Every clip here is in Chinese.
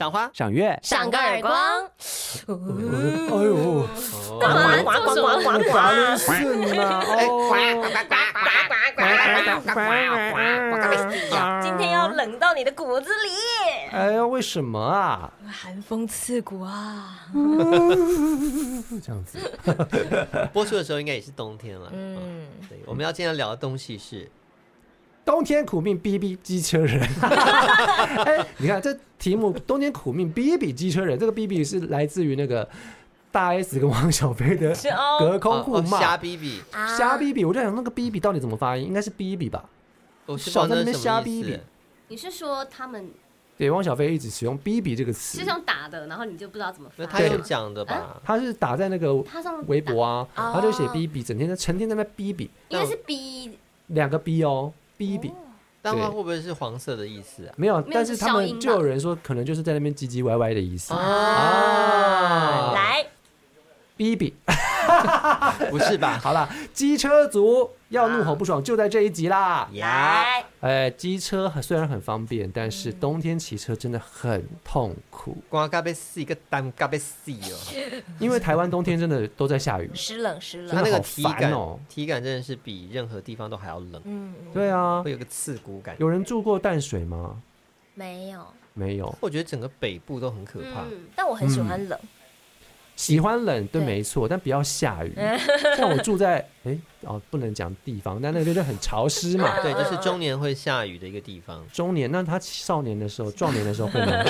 赏花、 赏月、 赏个耳光。 哎呦， 干嘛做什么？ 咋了是呢？ 今天要冷到你的骨子里。 哎呀，为什么啊？ 寒风刺骨啊！ 这样子。 播出的时候应该也是冬天了。对，我们要今天聊的东西是冬天苦命逼逼机车人。哎，你看这题目，冬天苦命逼逼机车人，这个逼逼是来自于那个大 S 跟汪小菲的隔空互骂。 瞎逼逼， 瞎逼逼，我在想那个逼逼到底怎么发音，应该是逼逼吧？ 我是少在那边瞎逼逼。 你是说他们？ 对，汪小菲一直使用逼逼这个词， 是用打的，然后你就不知道怎么发。 他用讲的吧？ 他是打在那个微博啊，他就写逼逼，成天在那逼逼。 应该是逼 2个逼哦，逼逼。 但它会不会是黄色的意思啊？ 没有，但是他们就有人说，可能就是在那边唧唧歪歪的意思啊。 来， 逼逼， 不是吧？ 好啦，机车族要怒吼不爽就在这一集啦。 来， 哎，机车虽然很方便，但是冬天骑车真的很痛苦。 光嘎被死一个单嘎被死哦， 因为台湾冬天真的都在下雨， 湿冷。 它那个体感真的是比任何地方都还要冷。 对啊， 会有个刺骨感。 有人住过淡水吗？ 没有， 没有。 我觉得整个北部都很可怕。 但我很喜欢冷。 喜欢冷，对，没错，但不要下雨。像我住在不能讲地方，但那个就很潮湿嘛。 对，就是中年会下雨的一个地方。 中年，那他少年的时候、壮年的时候会吗？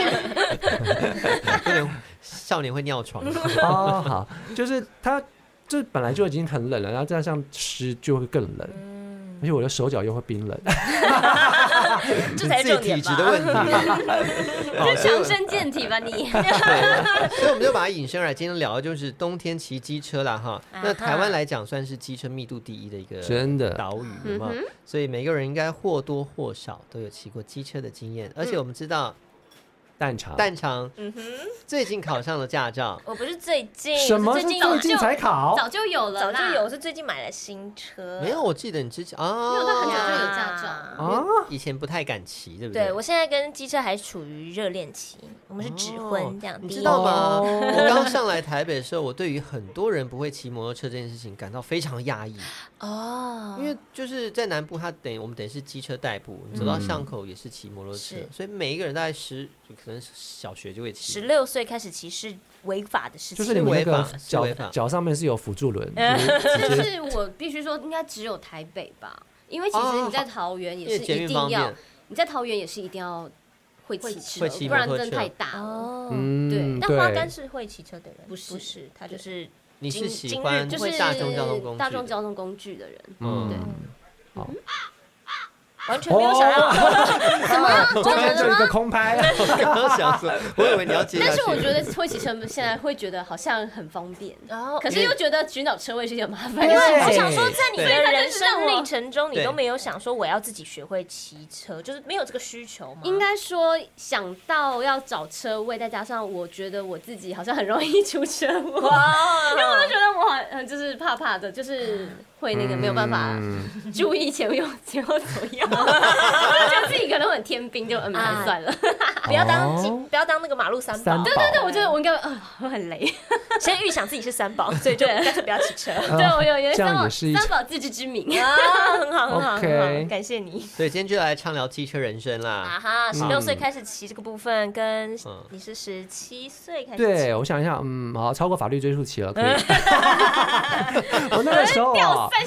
少年会尿床。 哦，好，就是他这本来就已经很冷了，然后加上湿就会更冷。而且我的手脚又会冰冷， 这才是重点吧？ 体质的问题， 是强身健体吧你？ 对，所以我们就把它引申来，今天聊的就是冬天骑机车啦哈。那台湾来讲，算是机车密度第一的一个真的岛屿嘛，所以每个人应该或多或少都有骑过机车的经验，而且我们知道。蛋肠，最近考上了驾照。 我不是最近， 什么是最近才考？ 早就有了， 早就有，是最近买了新车。 没有，我记得你之前啊， 没有，他很早就有驾照啊，以前不太敢骑，对不对？ 对，我现在跟机车还处于热恋期，我们是指婚这样。 你知道吗？我刚上来台北的时候，我对于很多人不会骑摩托车这件事情感到非常压抑。 哦， 因为就是在南部，我们等于是机车代步，你走到巷口也是骑摩托车，所以每一个人大概可能小学就会骑。 16岁开始骑是违法的事情， 就是你们那个脚上面是有辅助轮。 但是我必须说，应该只有台北吧，因为其实你在桃园也是一定要，你在桃园也是一定要会骑车，不然真的太大了。 对，但花干是会骑车的人， 不是， 他就是。 你是喜欢就是大众交通工具的人， 对，好， 完全没有想要什么， 中间就一个空拍。 我刚刚想说，我以为你要接下去。 但是我觉得会骑车现在会觉得好像很方便，可是又觉得寻找车位是一件麻烦。 因为我想说，在你的人生历程中，你都没有想说我要自己学会骑车，就是没有这个需求吗？ 应该说想到要找车位，再加上我觉得我自己好像很容易出车祸，因为我就觉得我好就是怕怕的，就是会那个没有办法注意前后左右。我就觉得自己可能很天兵，就还算了， 不要当那个马路三宝。 对，我觉得我应该我很雷， 先预想自己是三宝，所以就干脆不要骑车。 对，我有三宝自知之明啊，很好，感谢你。 所以今天就来畅聊汽车人生啦。 啊哈，16岁开始骑这个部分，跟你是17岁开始骑。 对，我想一下，好，超过法律追溯期了，可以。我那个时候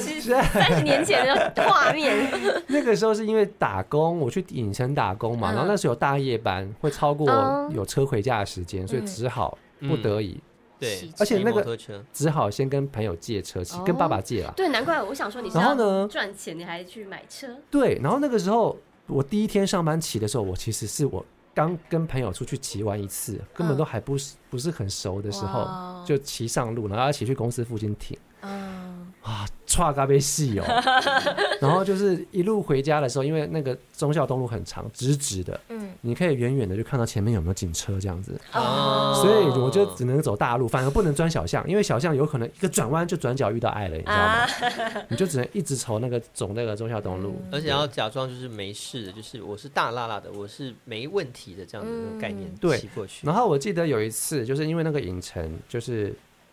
30年前的画面。 那个时候是因为打工，我去影城打工嘛，然后那时候有大夜班，会超过有车回家的时间，所以只好不得已。 对， 而且那个只好先跟朋友借车骑，跟爸爸借啦。 对，难怪我想说你是要赚钱，你还去买车。 对，然后那个时候我第一天上班骑的时候，我其实是我刚跟朋友出去骑完一次，根本都还不是很熟的时候，就骑上路，然后要骑去公司附近停。 啊，唰嘎被戏哦，然后就是一路回家的时候，因为那个忠孝东路很长，直直的，你可以远远的就看到前面有没有警车这样子，所以我就只能走大路，反而不能钻小巷，因为小巷有可能一个转弯就转角遇到爱了，你知道吗？你就只能一直走那个忠孝东路， 而且要假装就是没事的，就是我是大辣辣的，我是没问题的这样的那种概念骑过去。 然后我记得有一次，就是因为那个影城就是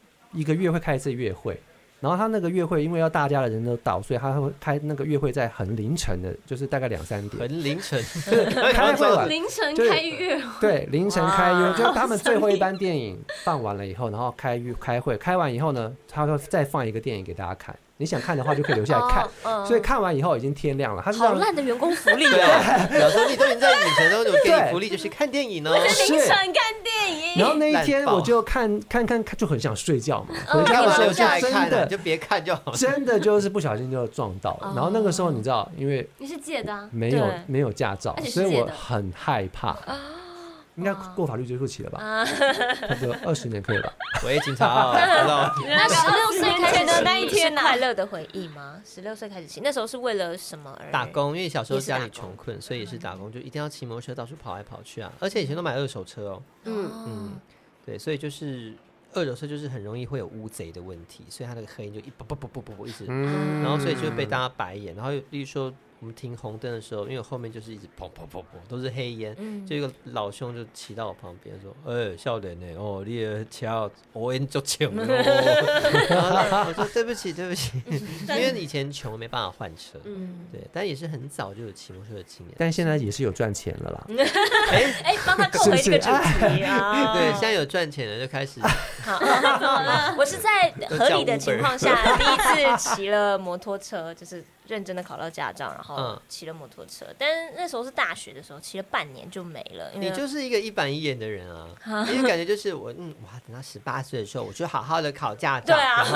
1个月会开一次月会。然后他那个月会，因为要大家的人都到，所以他会开那个月会在很凌晨的，就是大概2、3点。 很凌晨， 开会了。 凌晨开月会。 对，凌晨开约，就是他们最后一班电影放完了以后，然后开会，开完以后呢，他会再放一个电影给大家看。你想看的话就可以留下来看，所以看完以后已经天亮了。他是好烂的员工福利啊！小时候你都已经在影城都有给你福利，就是看电影哦， 凌晨看电影。 然后那一天我就看，就很想睡觉嘛。回家的时候就真的就别看就好了。 真的就是不小心就撞到了。然后那个时候你知道，因为你是借的啊， 没有驾照，所以我很害怕。应该过法律追诉期了吧？差不多20年可以吧？ 喂，警察， 那16岁开始的那一天，快乐的回忆吗？16岁开始骑，那时候是为了什么而打工？因为小时候家里穷困，所以也是打工，就一定要骑摩托车到处跑来跑去啊。而且以前都买2手车哦。对，所以就是2手车就是很容易会有乌贼的问题，所以它那个黑烟就一直，然后所以就被大家白眼。然后例如说我们停红灯的时候，因为我后面就是一直砰砰砰砰都是黑烟，就一个老兄就骑到我旁边说：“少年呢？哦，你的车我烟就穷了。”我说：“对不起，对不起，因为以前穷没办法换车，对，但也是很早就有骑摩托车的经验， 但现在也是有赚钱了啦。 帮他扣回这个主题啊！ 对，现在有赚钱了就开始。 好了，我是在合理的情况下第一次骑了摩托车，就是认真的考到驾照，然后骑了摩托车。但是那时候是大学的时候，骑了半年就没了。 你就是一个一板一眼的人啊，因为感觉就是我，等到18岁的时候，我就好好的考驾照。 对啊。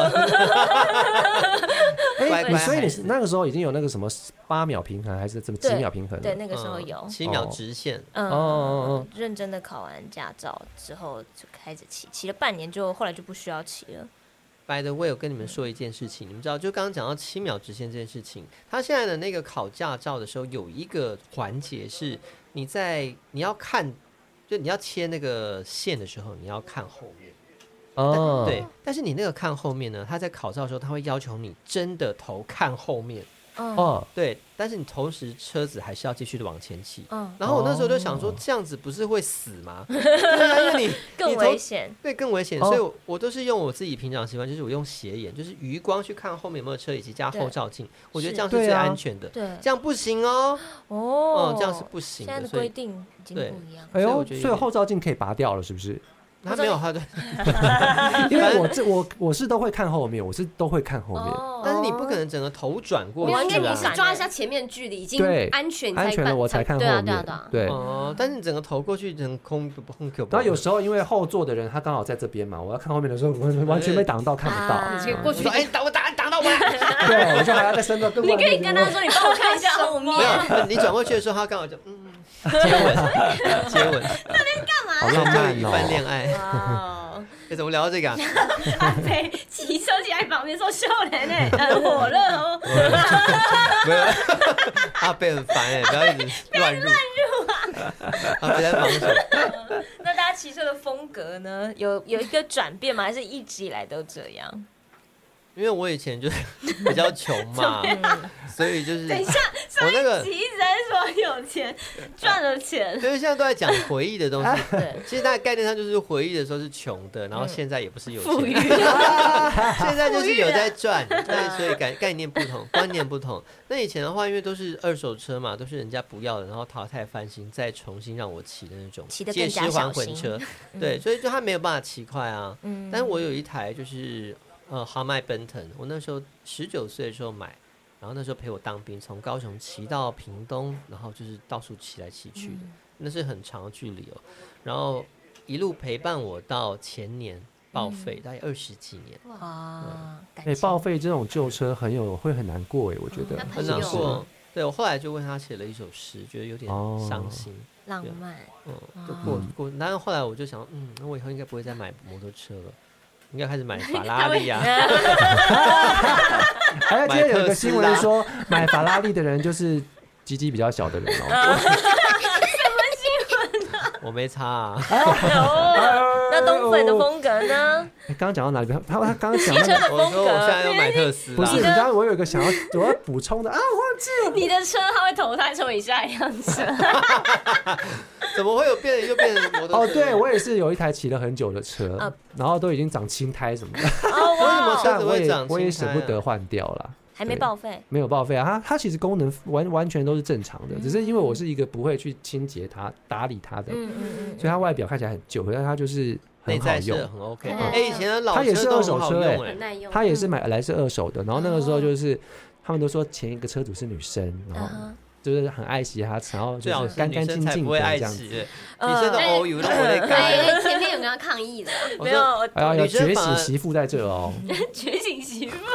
所以你那个时候已经有那个什么8秒平衡，还是怎么几秒平衡？ 对，那个时候有 7秒直线。 认真的考完驾照之后就开始骑了半年，后来就不需要骑了。 By the way，我跟你们说一件事情，你们知道，就刚刚讲到7秒直线这件事情，他现在的那个考驾照的时候，有一个环节是你要看，就你要切那个线的时候，你要看后面。对，但是你那个看后面呢，他在考照的时候，他会要求你真的头看后面。对，但是你同时车子还是要继续的往前骑。然后我那时候就想说，这样子不是会死吗？对啊，因为你更危险， 对，更危险。所以我都是用我自己平常习惯，就是我用斜眼，就是余光去看后面有没有车，以及加后照镜。我觉得这样是最安全的。 对， 这样不行哦。这样是不行的。 现在的规定已经不一样。 哎呦，所以后照镜可以拔掉了，是不是？ 他没有，他对， 因为我是都会看后面， 但是你不可能整个头转过去啊， 因为你是抓一下前面距离，已经安全了我才看后面，对， 但是你整个头过去，整个空可不。 然后有时候因为后座的人他刚好在这边嘛，我要看后面的时候，完全被挡到，看不到。 过去说， 我挡到我， 对，我就还要再伸到更外面。 你可以跟他说，你帮我看一下后面。 没有，你转过去的时候，他刚好就接吻， 那边干嘛？ 好浪漫哦， 一番恋爱。怎么聊到这个啊？ 阿飞骑车骑在旁边说：“秀莲很火热哦。” 没有，阿飞很烦不要一直乱入啊！阿飞在防守。 那大家骑车的风格呢？有一个转变吗？还是一直以来都这样？ 因为我以前就是比较穷嘛，所以就是等一下， 我那个一直在说有钱赚了钱， 所以现在都在讲回忆的东西。其实大概概念上就是回忆的时候是穷的，然后现在也不是有钱，现在就是有在赚，所以概念不同，观念不同。那以前的话，因为都是2手车嘛，都是人家不要的，然后淘汰翻新，再重新让我骑的那种借尸还魂车，对，所以就他没有办法骑快啊。但是我有一台就是豪迈奔腾，我那时候19岁的时候买，然后那时候陪我当兵，从高雄骑到屏东，然后就是到处骑来骑去的，那是很长的距离哦。然后一路陪伴我到前年报废，大概20几年。 哇， 报废这种旧车会很难过我觉得很难过。对，我后来就为他写了一首诗，觉得有点伤心。 浪漫。 就过。然后后来我就想，那我以后应该不会再买摩托车了。 应该开始买法拉利啊。 还有今天有一个新闻说，买法拉利的人就是鸡鸡比较小的人哦。 我没差啊。 那东粉的风格呢？ 刚刚讲到哪里？他刚刚讲汽车的风格。 我现在要买特斯拉。 不是，你刚刚我有一个我要补充的啊，我忘记了。 你的车它会投胎成为下一辆车。 怎么会有又变成摩托车？ 哦，对，我也是有一台骑了很久的车，然后都已经长青胎什么的。 为什么车子会长青胎？ 我也舍不得换掉了。 还没报废？ 没有报废啊，它其实功能完全都是正常的，只是因为我是一个不会去清洁它、打理它的，所以它外表看起来很旧，但它就是很好用， 很 OK。以前的老车它也是二手车很耐用， 它也是买来是二手的，然后那个时候就是他们都说前一个车主是女生，然后就是很爱惜它，然后就是干干净净的这样子。 女生的欧油都不会干。 前面有跟他抗议的， 没有？ 哎呀，有觉醒媳妇在这哦， 觉醒媳妇。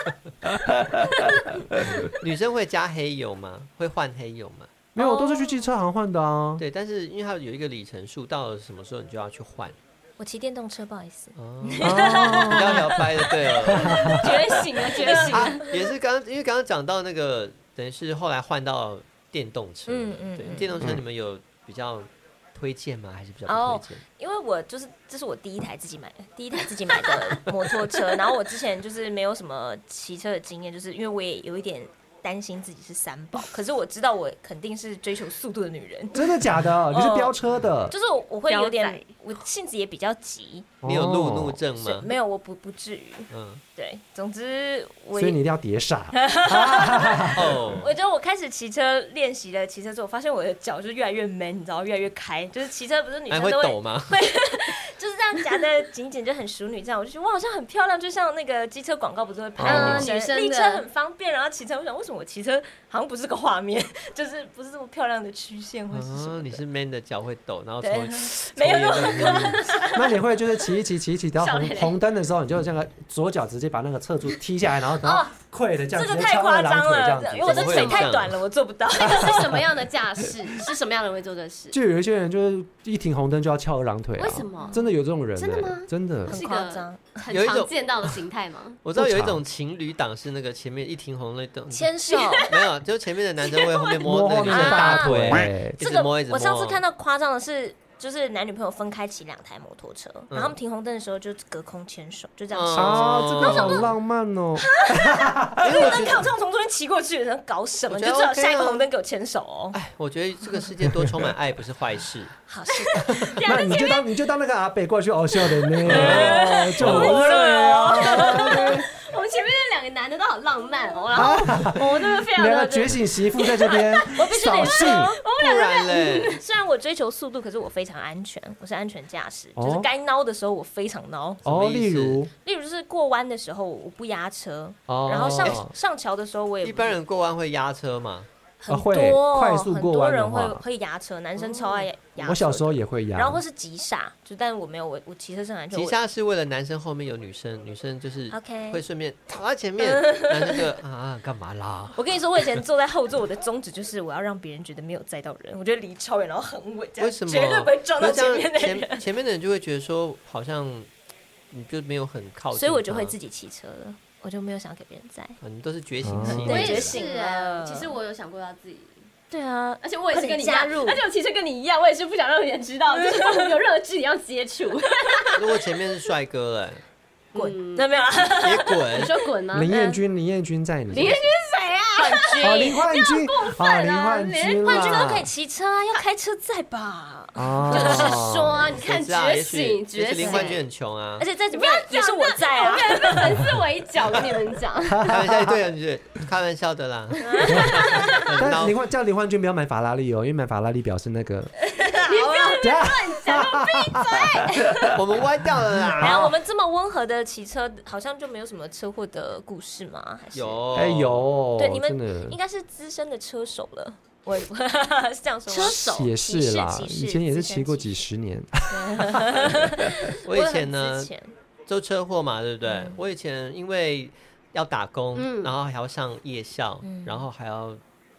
女生会加黑油吗？会换黑油吗？ 没有，都是去汽车行换的啊。 对，但是因为它有一个里程数，到了什么时候你就要去换。 我骑电动车，不好意思。 比较摇摆的，对了。 觉醒了，觉醒了。 也是因为刚刚讲到那个，等于是后来换到电动车。对，电动车你们有比较推荐吗？还是比较不推荐？ 因为这是我第一台自己买的摩托车，然后我之前就是没有什么骑车的经验，就是因为我也有一点担心自己是三宝，可是我知道我肯定是追求速度的女人。 真的假的？你是飙车的？ 就是我会有点，我性子也比较急。 你有路怒症吗？ 没有，我不至于。对，总之所以你一定要碟刹。 我觉得我开始骑车练习了骑车之后，我发现我的脚就越来越 man， 你知道，越来越开。就是骑车不是女生都会抖吗？ 会，就是这样夹的紧紧，就很淑女这样。我就觉得我好像很漂亮，就像那个机车广告不是会拍女生立车很方便，然后骑车，我想为什么我骑车好像不是个画面，就是不是这么漂亮的曲线或是什么的。 你是 man 的脚会抖，然后没有那么那你会就是骑一骑到红灯的时候，你就这个左脚直接把那个侧柱踢下来，然后跪的这样， 这个太夸张了，因为我的腿太短了，我做不到。 那个是什么样的架势？是什么样的人会做这事？ 就有一些人就是一停红灯就要翘二郎腿。 为什么？ 真的有这种人？ 真的吗？ 真的很夸张， 很常见到的形态吗？ 我知道有一种情侣档是那个前面一停红灯牵手， 没有，就前面的男生会后面摸那个女生大腿， 这个我上次看到夸张的是。就是男女朋友分开骑2台摩托车，然后他们停红灯的时候就隔空牵手，就这样牵手。 这个好浪漫哦！ 因为我看我从中间骑过去，人搞什么？你就至少下一个红灯给我牵手哦。 哎，我觉得这个世界多充满爱不是坏事。 好，是的。 那你就当那个阿北过去搞笑的呢，就我了。 我们前面那2个男的都好浪漫哦，然后我真的非常的觉醒媳妇在这边扫兴， 不然嘞。 虽然我追求速度，可是我非常安全，我是安全驾驶，就是该孬的时候我非常孬。 例如就是过弯的时候我不压车，然后上桥的时候我也。 一般人过弯会压车吗？ 很多快速过弯的话， 很多人会压车，男生超爱压车。 我小时候也会压， 然后或是急刹，但我没有，我骑车是很安全。 急刹是为了男生后面有女生，女生就是会顺便躺在前面，男生就干嘛啦？ 我跟你说，我以前坐在后座，我的宗旨就是我要让别人觉得没有载到人，我觉得离超远，然后很稳，这样为什么绝对不会撞到前面的人。 前面的人就会觉得说，好像你就没有很靠近， 所以我就会自己骑车了。我就没有想给别人载。 你都是觉醒期， 我也是啊。其实我有想过要自己。 对啊， 而且我也是跟你加入，而且我其实跟你一样，我也是不想让人知道，就是有任何肢体要接触。 如果前面是帅哥嘞， 滚！那没有别滚！ 你说滚吗？ 林彦君在你。 林彦君是谁啊？ 林焕君， 林焕君都可以骑车啊，要开车载吧？ 就是说啊，你看觉醒， 林焕君很穷啊， 而且再怎么样也是我在啊， 被粉丝围剿，跟你们讲。 开玩笑，对啊，你开玩笑的啦。 但叫林焕君不要买法拉利哦，因为买法拉利表示那个。 你不要乱讲，闭嘴！ 我们歪掉了啦。 然后我们这么温和的骑车，好像就没有什么车祸的故事吗？还是有？ 对，你们应该是资深的车手了。我是这样说， 车手也是啦，以前也是骑过几十年。 我以前呢，就车祸嘛，对不对？我以前因为要打工，然后还要上夜校，然后还要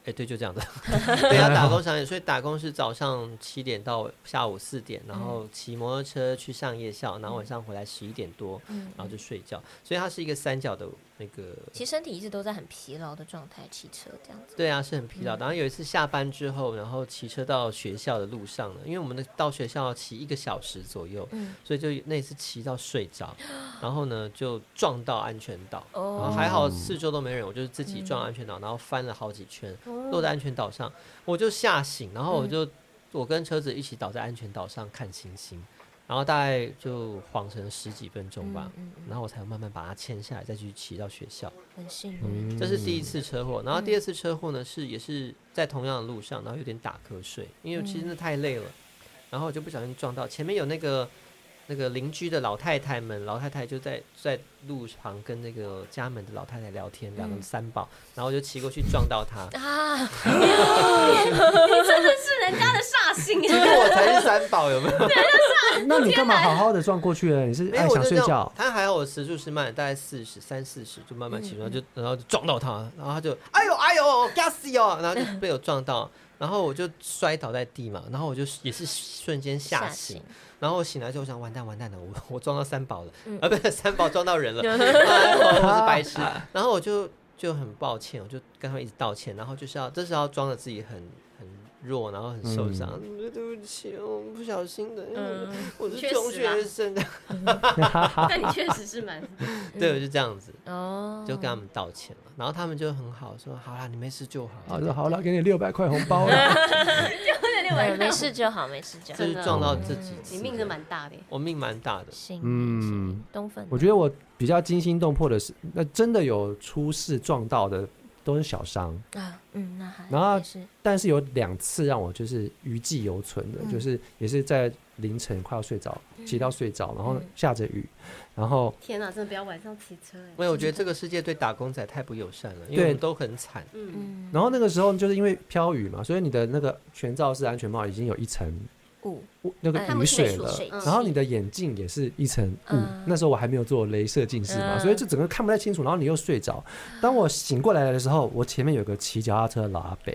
对，就这样子。对，要打工上夜，所以打工是早上7点到下午4点，然后骑摩托车去上夜校，然后晚上回来11点多，然后就睡觉。所以它是一个3角的那个。 其实身体一直都在很疲劳的状态骑车这样子。 对啊，是很疲劳。然后有一次下班之后，然后骑车到学校的路上呢，因为我们到学校要骑1个小时左右，所以就那次骑到睡着，然后呢就撞到安全岛，然后还好四周都没人，我就是自己撞安全岛，然后翻了好几圈。落在安全岛上，我就吓醒，然后我跟车子一起倒在安全岛上看星星，然后大概就晃神10几分钟吧，然后我才慢慢把它牵下来，再去骑到学校。 很幸运。 这是第一次车祸，然后第2次车祸呢也是在同样的路上，然后有点打瞌睡，因为其实真的太累了，然后我就不小心撞到前面有那个邻居的老太太们，老太太就在路旁跟那个家门的老太太聊天，两个3宝，然后我就骑过去撞到她。 你真的是人家的煞星， 其实我才是3宝，有没有？ 那你干嘛好好的撞过去了？你是爱想睡觉？ 他还好，我时速是慢，大概30-40，就慢慢骑，然后就撞到他，然后他就哎呦，吓死哦，然后就被我撞到，然后我就摔倒在地嘛，然后我就也是瞬间吓醒。然后我醒来之后想完蛋了，我撞到3宝了，不是3宝撞到人了，我是白痴。然后我就很抱歉，我就跟他们一直道歉，然后这是要装着自己很弱，然后很受伤，对不起，我不小心的，我是中学生。 但你确实是蛮对，我就这样子，就跟他们道歉了，然后他们就很好说，好啦，你没事就好。 我说好了，给你600块红包了。 没事就好，没事就好。 就是撞到自己， 你命是蛮大的。 我命蛮大的。 东粉。 我觉得我比较惊心动魄的是，那真的有出事撞到的都是小伤啊，那还。 然后，但是有2次让我就是余悸犹存的，就是也是在凌晨快要睡着，骑到睡着，然后下着雨，然后天哪，真的不要晚上骑车哎！ 因为我觉得这个世界对打工仔太不友善了，因为我们都很惨。 然后那个时候就是因为飘雨嘛，所以你的那个全罩式安全帽已经有一层那个雨水了，然后你的眼镜也是一层雾。那时候我还没有做雷射近视嘛，所以就整个看不太清楚。然后你又睡着，当我醒过来的时候，我前面有个骑脚踏车的老阿伯，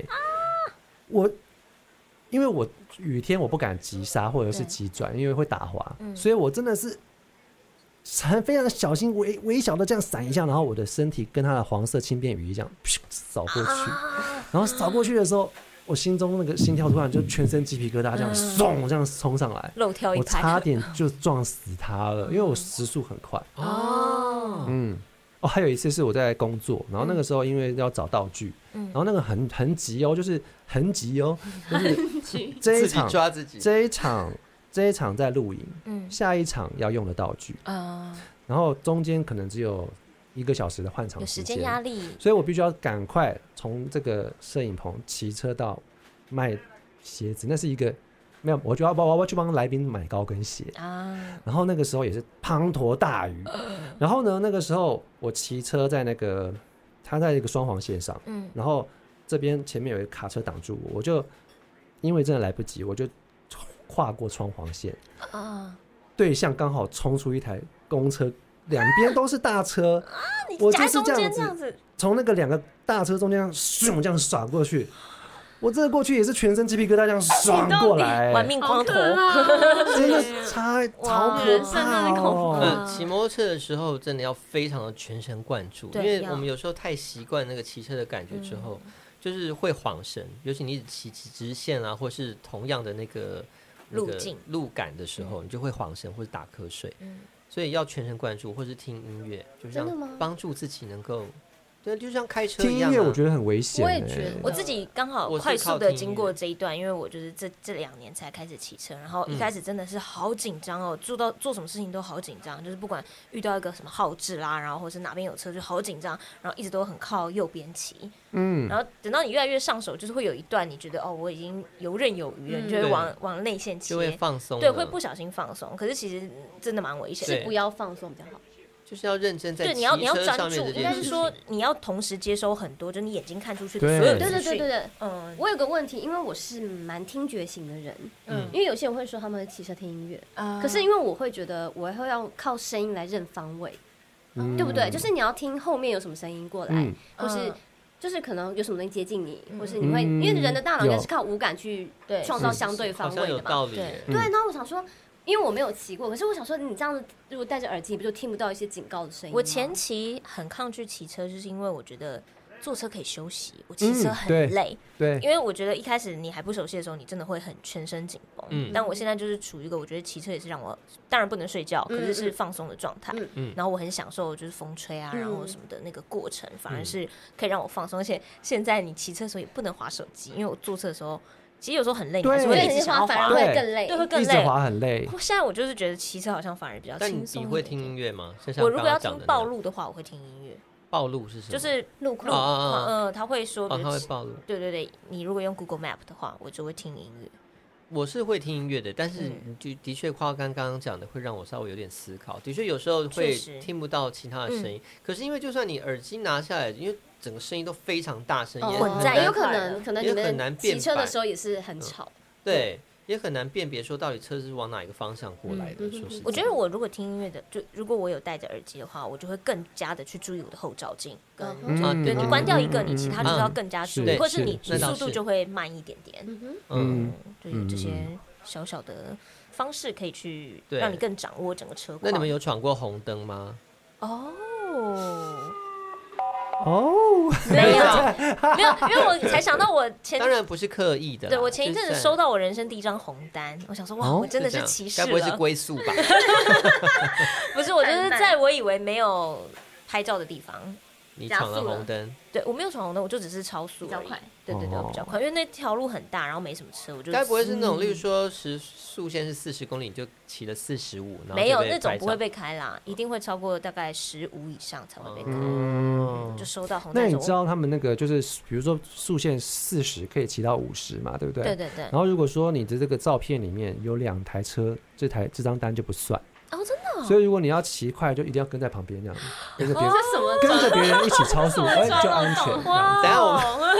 因为我雨天我不敢急刹或者是急转，因为会打滑，所以我真的是非常小心微小的这样闪一下，然后我的身体跟他的黄色轻便雨衣这样扫过去，然后扫过去的时候，我心中那个心跳突然就全身鸡皮疙瘩这样嗖这样冲上来， 漏跳一拍， 我差点就撞死他了，因为我时速很快。还有一次是我在工作，然后那个时候因为要找道具，然后那个很急哦，就是很急哦，就是这一场抓自己， 这一场在录影，下一场要用的道具然后中间可能只有1个小时的换场时间， 有时间压力， 所以我必须要赶快从这个摄影棚骑车到卖鞋子，那是一个没有，我要去帮来宾买高跟鞋然后那个时候也是滂沱大雨，然后呢，那个时候我骑车在他在一个双黄线上，然后这边前面有一个卡车挡住我就因为真的来不及，我就跨过双黄线对向刚好冲出一台公车，两边都是大车我就是这样子从那个2个大车中间这样耍过去。我这个过去也是全身鸡皮疙瘩这样爽过来， 玩命光头， 真的超可怕哦！ 骑摩托车的时候真的要非常的全神贯注，因为我们有时候太习惯那个骑车的感觉之后，就是会晃神，尤其你骑直线啊，或是同样的那个路感的时候，你就会晃神或者打瞌睡，所以要全神贯注，或是听音乐，就是让帮助自己能够。对，就像开车一样、啊。听音乐我觉得很危险、 我也觉得，我自己刚好快速的经过这一段，因为我就是这2年才开始骑车，然后一开始真的是好紧张哦，做什么事情都好紧张，就是不管遇到一个什么号志啦，然后或是哪边有车就好紧张，然后一直都很靠右边骑，然后等到你越来越上手，就是会有一段你觉得我已经游刃有余了，你就会往内线切， 就会放松， 对，会不小心放松，可是其实真的蛮危险的， 是不要放松比较好。 就是要认真在骑车上面这件事情。 对，你要专注，应该是说你要同时接收很多，就你眼睛看出去的所有资讯。 对，我有个问题，因为我是蛮听觉型的人，因为有些人会说他们会骑车听音乐，可是因为我会觉得我会要靠声音来认方位，对不对？就是你要听后面有什么声音过来，或是就是可能有什么东西接近你，或是你会，因为人的大脑应该是靠五感去创造相对方位的嘛。对，然后我想说。因为我没有骑过，可是我想说，你这样子如果戴着耳机，你不就听不到一些警告的声音吗？ 我前期很抗拒骑车，就是因为我觉得坐车可以休息，我骑车很累。 对， 因为我觉得一开始你还不熟悉的时候，你真的会很全身紧绷。但我现在就是处于一个我觉得骑车也是让我当然不能睡觉，可是是放松的状态。然后我很享受就是风吹啊，然后什么的那个过程，反而是可以让我放松。而且现在你骑车的时候也不能滑手机，因为我坐车的时候。其实有时候很累，你还是会一直想要滑， 会更累， 对，会更累， 一直滑很累。 现在我就是觉得骑车好像反而比较轻松。 但你会听音乐吗？ 我如果要听暴露的话，我会听音乐。 暴露是什么？ 就是路况，他会说， 他会暴露。 对对对，你如果用 Google Map 的话，我就会听音乐。 我是会听音乐的，但是就的确夸刚刚讲的会让我稍微有点思考。的确有时候会听不到其他的声音，可是因为就算你耳机拿下来，因为整个声音都非常大声， 也有可能你们骑车的时候也是很吵。 对，也很难辨别说到底车是往哪一个方向过来的。说实在， 我觉得我如果听音乐的，就如果我有戴着耳机的话，我就会更加的去注意我的后照镜，对你关掉一个，你其他就是要更加注意，或是你速度就会慢一点点。就有这些小小的方式可以去让你更掌握整个车况。 那你们有闯过红灯吗？ 没有，因为我才想到我当然不是刻意的。 对，我前一阵子收到我人生第一张红单，我想说哇，我真的是骑士了。 该不会是龟速吧？ 不是，我就是在我以为没有拍照的地方， 你闯了红灯。 对，我没有闯红灯，我就只是超速，比较快。对，我比较快，因为那条路很大，然后没什么车，我就。 该不会是那种，例如说速限是40公里，你就骑了45， 没有那种不会被开啦，一定会超过大概15以上才会被开。就收到红灯。 那你知道他们那个就是，比如说速限40可以骑到50嘛，对不对？ 对。 然后如果说你的这个照片里面有2台车，这张单就不算。 真的。 所以如果你要骑快，就一定要跟在旁边这样子，跟着别人， 跟着别人一起超速，就安全。 等下我们。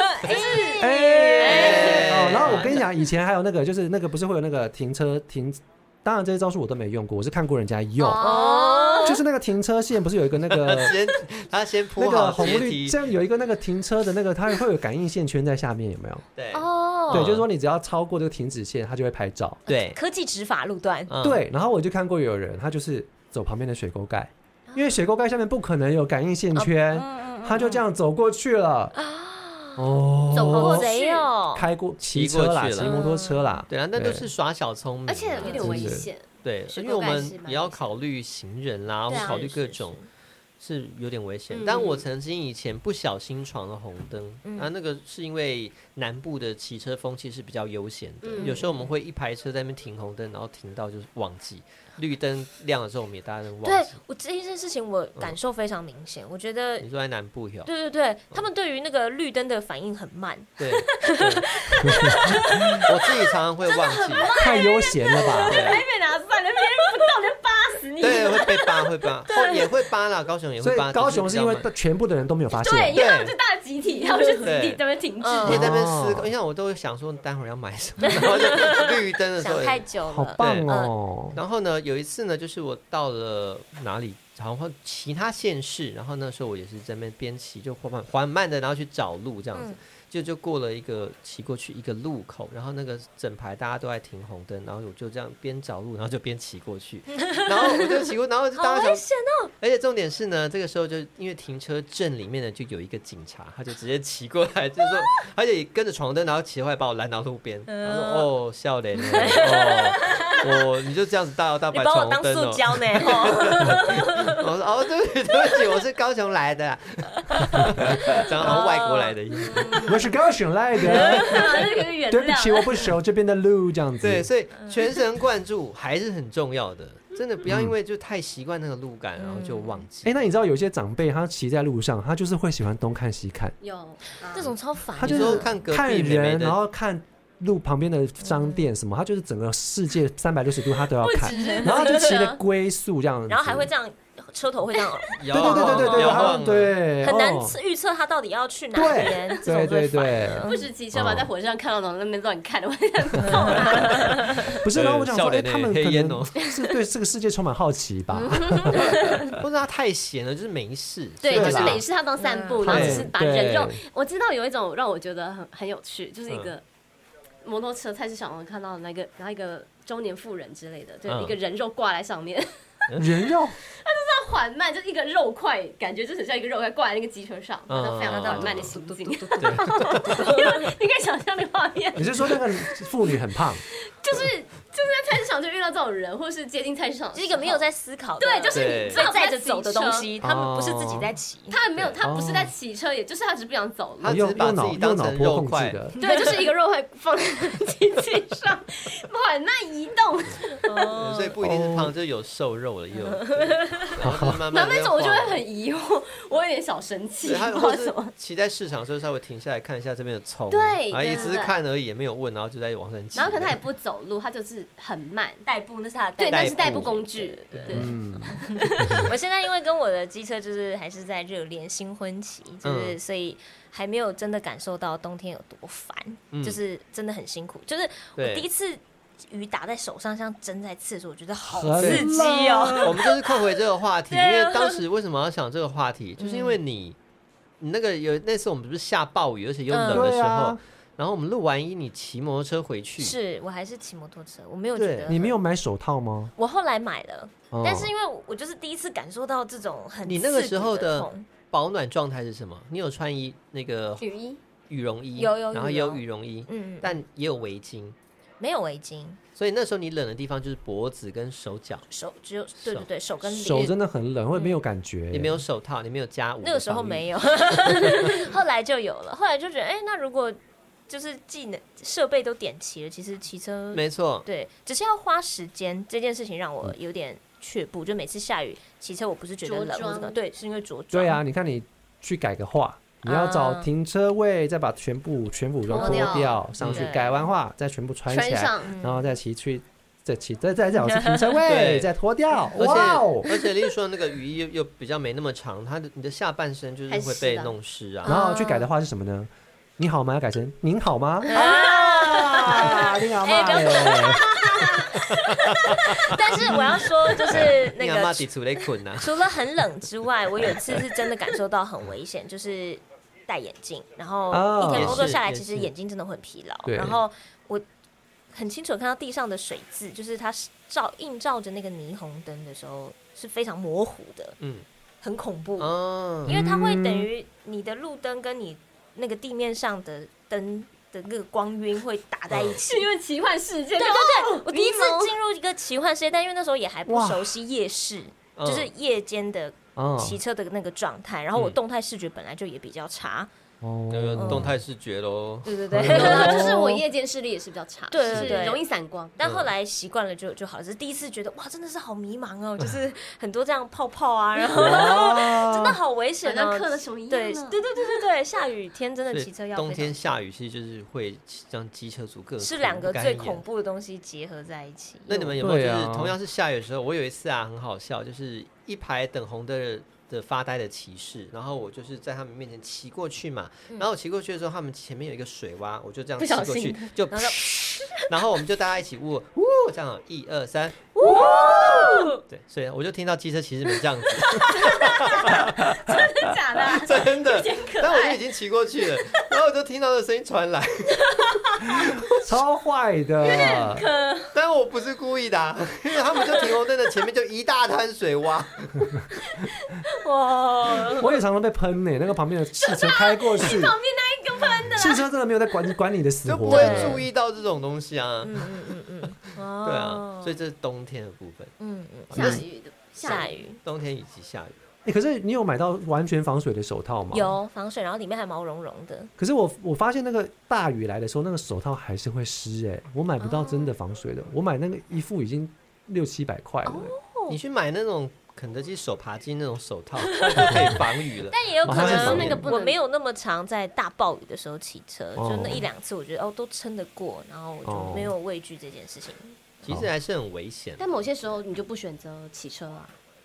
然后我跟你讲，以前还有那个，就是那个不是会有那个当然这些招数我都没用过，我是看过人家用。就是那个停车线不是有一个那个他先铺那个红绿，这样有一个那个停车的那个，它会有感应线圈在下面，有没有？ 对。 对，就是说你只要超过这个停止线，它就会拍照。 对， 科技执法路段。 对，然后我就看过有人，他就是走旁边的水沟盖，因为水沟盖下面不可能有感应线圈，他就这样走过去了。 走过谁哦？ 骑车啦，骑摩托车啦。 对啊，那都是耍小聪明， 而且有点危险。 对，因为我们也要考虑行人啦，或考虑各种。是有点危险，但我曾经以前不小心闯了红灯，那个是因为南部的骑车风气是比较悠闲的，有时候我们会一排车在那边停红灯，然后停到就是忘记，绿灯亮的时候我们也大家都忘记。 对，我这一件事情我感受非常明显，我觉得你说在南部有， 对，他们对于那个绿灯的反应很慢。 对，我自己常常会忘记， 太悠闲了吧？ 台北哪算了，别人不到就扒死你。 对，会被扒，也会扒啦，高雄也会扒。 高雄是因为全部的人都没有发现， 对，因为他们是大集体，他们是集体在那边停滞， 你在那边思考。你看，我都会想说，待会儿要买什么，然后就绿灯的时候想太久了， 好棒哦。 然后呢，有一次呢，就是我到了哪里，然后其他县市，然后那时候我也是在那边骑，就缓慢的，然后去找路这样子。就过了骑过去一个路口，然后那个整排大家都在停红灯，然后我就这样边找路，然后就边骑过去，然后我就骑过，然后大家好危险哦！ 而且重点是呢，这个时候就因为停车阵里面呢就有一个警察，他就直接骑过来，就是说，而且跟着闯灯，然后骑回来把我拦到路边，他说：“哦，笑脸哦，你就这样子大摇大摆闯红灯哦。”你把我当塑胶呢？ 我说：“哦，对不起，我是高雄来的，长得好像外国来的一样。” 我是高雄来的，对不起，我不熟这边的路，这样子。 对，所以全神贯注还是很重要的，真的不要因为就太习惯那个路感，然后就忘记。 那你知道有些长辈他骑在路上，他就是会喜欢东看西看， 有这种超烦。 他就是看人，然后看路旁边的商店什么，他就是整个世界360度他都要看，然后就骑的龟速这样子， 然后还会这样车头会这样摇晃， 对， 很难预测它到底要去哪边。 对， 不止骑车吧，在火车上看到那种那边乱看的，我不是，然后我想说，他们可能是对这个世界充满好奇吧， 或者他太闲了，就是没事。 对，就是没事，他当散步，然后只是把人肉。我知道有一种让我觉得很有趣，就是一个摩托车菜市场看到那个，然后一个中年妇人之类的，对，一个人肉挂在上面。 人肉， 它就这样缓慢，就是一个肉块，感觉就很像一个肉块挂在那个机车上，然后非常缓慢的行进。你可以想象那个画面。 你是说那个妇女很胖？ 就是在菜市场就遇到这种人，或是接近菜市场， 是一个没有在思考的， 对，就是你被载着走的东西，他们不是自己在骑， 他没有，他不是在骑车，也就是他只是不想走路， 他只是把自己当成肉块的， 对，就是一个肉块放在机器上，缓慢移动， 所以不一定是胖，就是有瘦肉了，也有。 然后那种我就会很疑惑，我有点小生气， 或者骑在市场的时候稍微停下来看一下这边的葱， 对， 然后也只是看而已，也没有问，然后就在往上骑， 然后可能他也不走路，他就是很慢代步，那是他的对，那是代步工具。对， 我现在因为跟我的机车就是还是在热恋新婚期，就是所以还没有真的感受到冬天有多烦，就是真的很辛苦。就是我第一次雨打在手上像针在刺的时候，我觉得好刺激哦。 我们就是扣回这个话题，因为当时为什么要想这个话题，就是因为你那个那次我们不是下暴雨，而且又冷的时候。然后我们录完音，你骑摩托车回去， 是我还是骑摩托车，我没有觉得。 你没有买手套吗？ 我后来买了，但是因为我就是第一次感受到这种很你那个时候的保暖状态是什么？你有穿那个羽绒衣， 有， 然后也有羽绒衣，但也有围巾， 没有围巾。 所以那时候你冷的地方就是脖子跟手脚， 手只有对手跟脸， 手真的很冷，会没有感觉。 你没有手套，你没有加5， 那个时候没有，后来就有了。后来就觉得，那如果就是技能设备都点齐了，其实骑车没错， 对，只是要花时间。这件事情让我有点却步，就每次下雨骑车，我不是觉得冷或者对，是因为着装。 对啊，你看你去改个画，你要找停车位，再把全副武装脱掉上去，改完画再全部穿起来，然后再骑去。再找次停车位，再脱掉。 而且例如说那个雨衣又比较没那么长，你的下半身就是会被弄湿啊。 然后去改的话是什么呢？你好吗？要改成您好吗？啊，你好吗？ 但是我要说，就是那个除了很冷之外，我有一次是真的感受到很危险，就是戴眼镜，然后一天工作下来，其实眼睛真的会很疲劳。然后我很清楚看到地上的水渍，就是它映照着那个霓虹灯的时候是非常模糊的，很恐怖，因为它会等于你的路灯跟你那个地面上的灯的那个光晕会打在一起， 是因为奇幻世界。 对，我第一次进入一个奇幻世界，但因为那时候也还不熟悉夜视，就是夜间的骑车的那个状态，然后我动态视觉本来就也比较差。 动态视觉咯， 对， 就是我夜间视力也是比较差， 对， 容易散光。 但后来习惯了就好，只是第一次觉得哇，真的是好迷茫哦，就是很多这样泡泡啊，然后真的好危险哦， 刻了什么一样？ 对，下雨天真的骑车要冬天下雨，其实就是会让机车族各是两个最恐怖的东西结合在一起。 那你们有没有就是同样是下雨的时候，我有一次很好笑，就是一排等红的发呆的骑士，然后我就是在他们面前骑过去嘛，然后我骑过去的时候，他们前面有一个水洼，我就这样骑过去，就，然后我们就大家一起呜，这样1、2、3，对，所以我就听到机车骑士们这样子， 真的假的？ 真的，但我就已经骑过去了，然后我就听到的声音传来， 超坏的， 但我不是故意的，因为他们就停红灯的前面就一大滩水洼。 哇！ 我也常常被喷呢，那个旁边的汽车开过去， 旁边那一个喷的， 汽车真的没有在管你的死活， 就不会注意到这种东西啊。对啊，所以这是冬天的部分。 下雨， 冬天以及下雨。 可是你有买到完全防水的手套吗？ 有防水，然后里面还毛茸茸的。 可是我发现那个大雨来的时候，那个手套还是会湿我买不到真的防水的。我买那个一副已经600-700块了。 你去买那种肯德基手扒鸡那种手套，就可以防雨了。 但也有可能那个我没有那么常在大暴雨的时候骑车，就那1-2次，我觉得都撑得过，然后我就没有畏惧这件事情。 其实还是很危险， 但某些时候你就不选择骑车啊。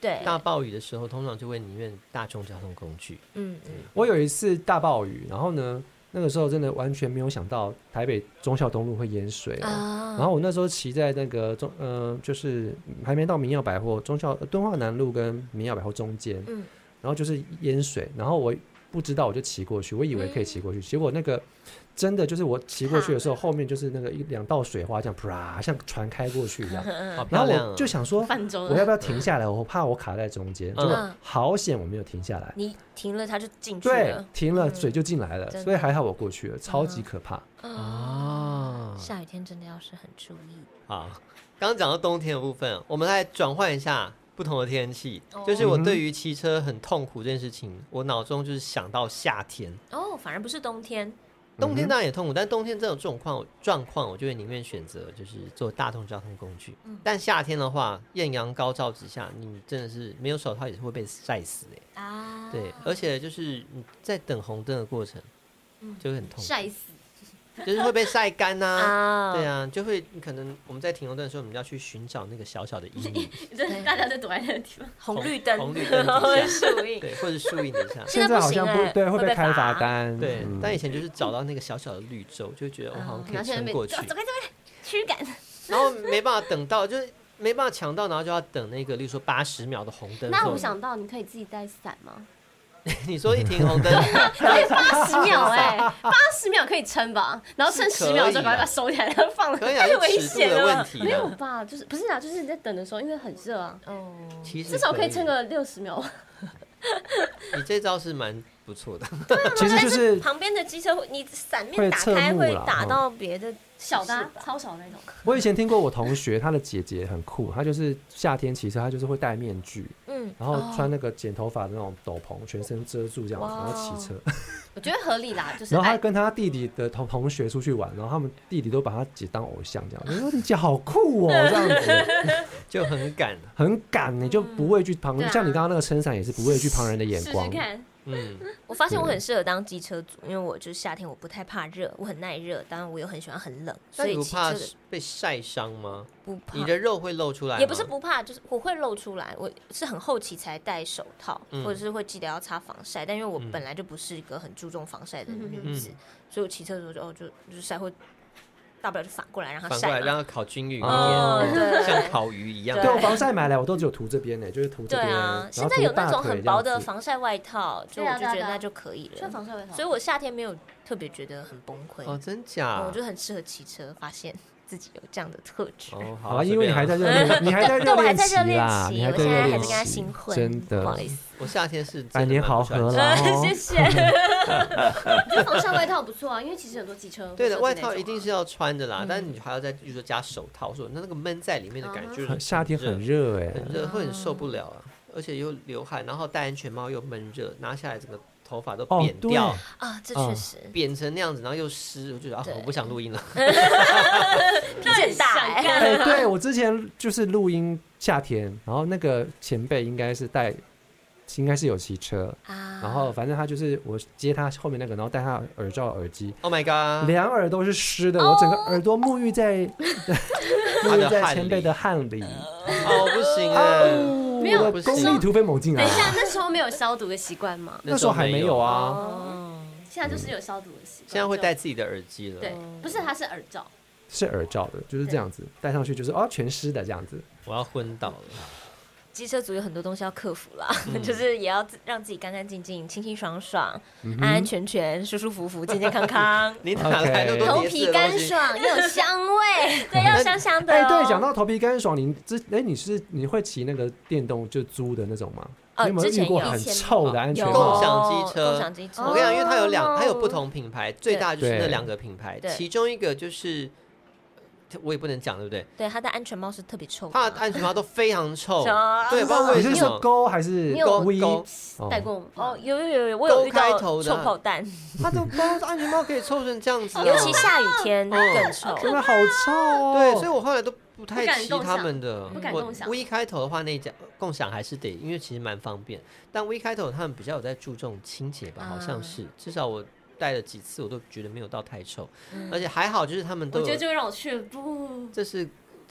对， 大暴雨的时候，通常就会宁愿大众交通工具。 我有一次大暴雨，然后呢，那个时候真的完全没有想到台北忠孝东路会淹水然后我那时候骑在那个就是还没到明耀百货敦化南路跟明耀百货中间，然后就是淹水，然后我不知道我就骑过去，我以为可以骑过去，结果那个真的就是我骑过去的时候，后面就是那个2道水花这样啪，像船开过去一样。然后我就想说，我要不要停下来？我怕我卡在中间，结果好险我没有停下来。 你停了，它就进去了。 对，停了水就进来了，所以还好我过去了，超级可怕。 下雨天真的要是很注意。 好，刚刚讲到冬天的部分，我们来转换一下。不同的天气，就是我对于骑车很痛苦这件事情，我脑中就是想到夏天。 反而不是冬天。 冬天当然也痛苦，但冬天这种状况，我就会宁愿选择就是坐大众交通工具。但夏天的话，艳阳高照之下，你真的是没有手套也是会被晒死对，而且就是你在等红灯的过程，就会很痛苦， 晒死。 就是会被晒干对啊，就会可能我们在停红灯的时候，我们要去寻找那个小小的阴影， 大家都躲在那个地方， 红绿灯底下， 树荫， 对，或者树荫底下。 现在好像不对，会被开罚单。 对，但以前就是找到那个小小的绿洲，就觉得我好像可以撑过去， 走开，驱赶。 然后没办法等到，就是没办法抢到，然后就要等那个，例如说80秒的红灯。 那我想到，你可以自己带伞吗？ 你说一停红灯， 可以80秒80秒可以撑吧？然后剩10秒就把它收起来，然后放了，太危险了。没有吧？就是不是啊？就是你在等的时候，因为很热啊。 其实至少可以撑个60秒。 你这招是蛮不错的。 其实就是旁边的机车，你伞面打开会打到别的小的超小那种。 我以前听过我同学，他的姐姐很酷，她就是夏天骑车，她就是会戴面具，然后穿那个剪头发的那种斗篷，全身遮住这样子，然后骑车。 我觉得合理啦，就是。 然后他跟他弟弟的同学出去玩，然后他们弟弟都把他姐当偶像这样。我说你姐好酷这样子， 就很敢， 很敢，你就不畏惧旁人。像你刚刚那个撑伞也是不畏惧旁人的眼光。 试试看。 我发现我很适合当机车族，因为我就是夏天我不太怕热，我很耐热，当然我又很喜欢很冷，所以不怕被晒伤吗？ 不怕， 你的肉会露出来吗？ 也不是不怕，就是我会露出来。我是很后期才戴手套，或者是会记得要擦防晒，但因为我本来就不是一个很注重防晒的女子，所以我骑车的时候就是晒会。大不了就反过来让它晒， 反过来让它烤均匀一点，像烤鱼一样。 对，我防晒买来我都只有涂这边呢，就是涂这边。对啊，现在有那种很薄的防晒外套，就我就觉得那就可以了。 防晒外套， 所以我夏天没有特别觉得很崩溃。 真假？ 我就很适合骑车，发现自己有这样的特质。 好啊，因为你还在热恋，你还在热恋期啦， 我现在还在跟他新婚， 真的。 不好意思， 我夏天是百年好合了， 谢谢。 防晒外套不错啊，因为其实很多机车对的外套一定是要穿的啦，但是你还要再比如说加手套，说那个闷在里面的感觉，就是夏天很热很热会很受不了啊，而且又流汗，然后戴安全帽又闷热，拿下来整个头发都扁掉这确实扁成那样子，然后又湿，我就觉得我不想录音了。 脾气很大对，我之前就是录音夏天，然后那个前辈应该是有骑车然后反正他就是我接他后面那个，然后戴他耳罩耳机 ，Oh my god， 两耳都是湿的，我整个耳朵沐浴在前辈的汗里， 不行没有功力突飞猛进啊！ 等一下，那时候没有消毒的习惯吗？ 那时候还没有啊， 现在就是有消毒的习惯， 现在会戴自己的耳机了。 对，不是，它是耳罩， 是耳罩的，就是这样子戴上去就是全湿的这样子。 我要昏倒了。 机车族有很多东西要克服啦，就是也要让自己干干净净、清清爽爽、安安全全、舒舒服服、健健康康。 你哪来那么多头皮干爽又有香味， 对，要香香的。 对，讲到头皮干爽，你会骑那个电动就租的那种吗？你有没有遇过很臭的安全帽？ 共享机车，我跟你讲，因为它有不同品牌，最大就是那2个品牌，其中一个就是。我也不能讲，对不对？ 对，他的安全帽是特别臭， 他的安全帽都非常臭。对，不知道为什么。 你是说勾还是勾？戴过有，我有遇到臭炮弹。 他的安全帽可以臭成这样子， 尤其下雨天更臭， 真的好臭哦。 对，所以我后来都不太骑他们的。 不敢共享。 V 开头的话，那家共享还是得，因为其实蛮方便。但 V 开头他们比较有在注重清洁吧，好像是，至少我。戴了几次，我都觉得没有到太臭，而且还好，就是他们都。 我觉得就会让我却步。 这是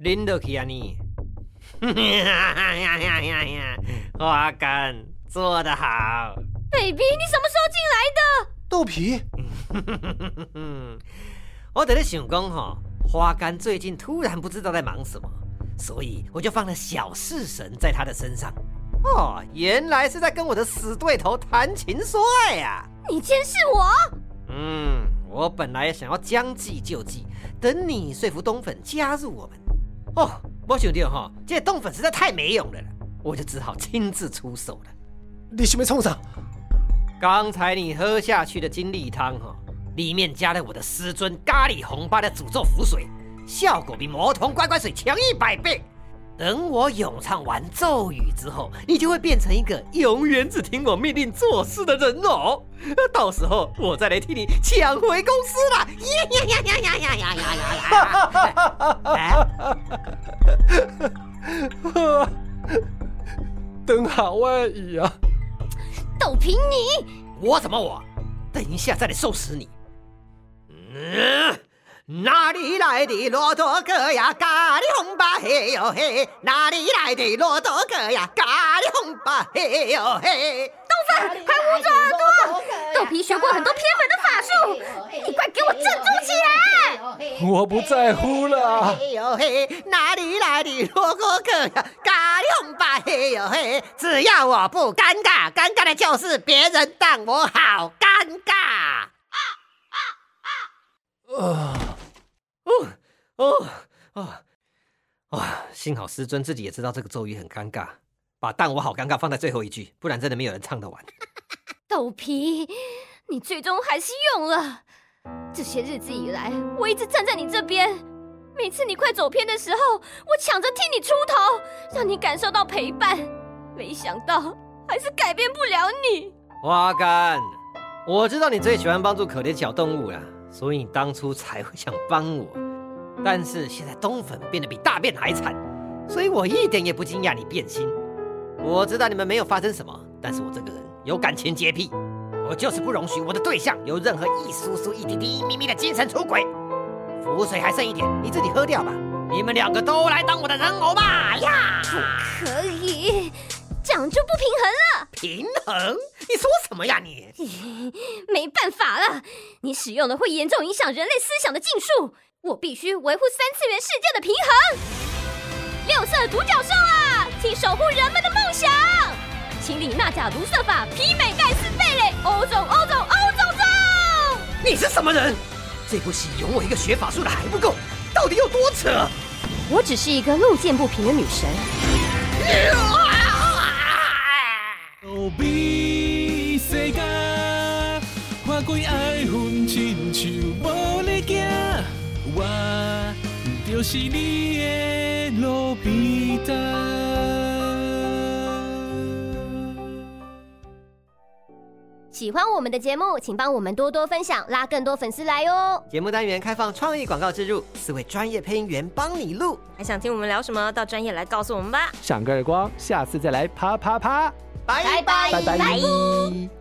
拎落去啊你！花干做得好 ，baby， 你什么时候进来的？ 豆皮， 我在想讲哈，花干最近突然不知道在忙什么，所以我就放了小式神在他的身上。哦，原来是在跟我的死对头谈情说爱呀！ 你监视我？ 我本来想要将计就计，等你说服东粉加入我们。哦，我想到哈，这东粉实在太没用了，我就只好亲自出手了。 你想要冲啥？ 刚才你喝下去的金力汤哈，里面加了我的师尊咖喱红巴的诅咒符水，效果比魔童乖乖水强100倍。等我咏唱完咒语之后，你就会变成一个永远只听我命令做事的人偶。到时候我再来替你抢回公司啦！ 等好万一啊！ 豆皮你， 我怎么我？等一下再来收拾你。哪里来的骆驼哥呀？咖喱红吧嘿哟嘿！哪里来的骆驼哥呀？咖喱红吧嘿哟嘿！ 豆粉，快捂住耳朵！豆皮学过很多偏门的法术，你快给我镇住起来！ 我不在乎了。 嘿哟嘿！哪里来的骆驼哥呀？咖喱红吧嘿哟嘿！只要我不尴尬，尴尬的就是别人当我好尴尬。幸好师尊自己也知道这个咒语很尴尬，把但我好尴尬放在最后一句，不然真的没有人唱得完。 豆皮，你最终还是用了。这些日子以来，我一直站在你这边，每次你快走偏的时候，我抢着替你出头，让你感受到陪伴。没想到还是改变不了你。 花干，我知道你最喜欢帮助可怜小动物了，所以你当初才会想帮我。但是现在冬粉变得比大便还惨，所以我一点也不惊讶你变心。我知道你们没有发生什么，但是我这个人有感情洁癖，我就是不容许我的对象有任何一丝丝、一滴滴、一咪咪的精神出轨。符水还剩一点，你自己喝掉吧。你们2个都来当我的人偶吧呀！ 不可以，这样就不平衡了。 平衡？你说什么呀你？ 没办法了，你使用的会严重影响人类思想的禁术，我必须维护3次元世界的平衡。6色独角兽啊，请守护人们的梦想！清理纳甲卢瑟法，媲美盖斯贝雷，欧种！ 你是什么人？这部戏有我一个学法术的还不够，到底有多扯？ 我只是一个路见不平的女神。 比世界，看过爱恨亲像无咧行，我就是你的路比达。 喜欢我们的节目，请帮我们多多分享，拉更多粉丝来哦。 节目单元开放创意广告植入，4位专业配音员帮你录。 还想听我们聊什么？到专业来告诉我们吧。 赏个耳光，下次再来啪啪啪。 拜拜拜。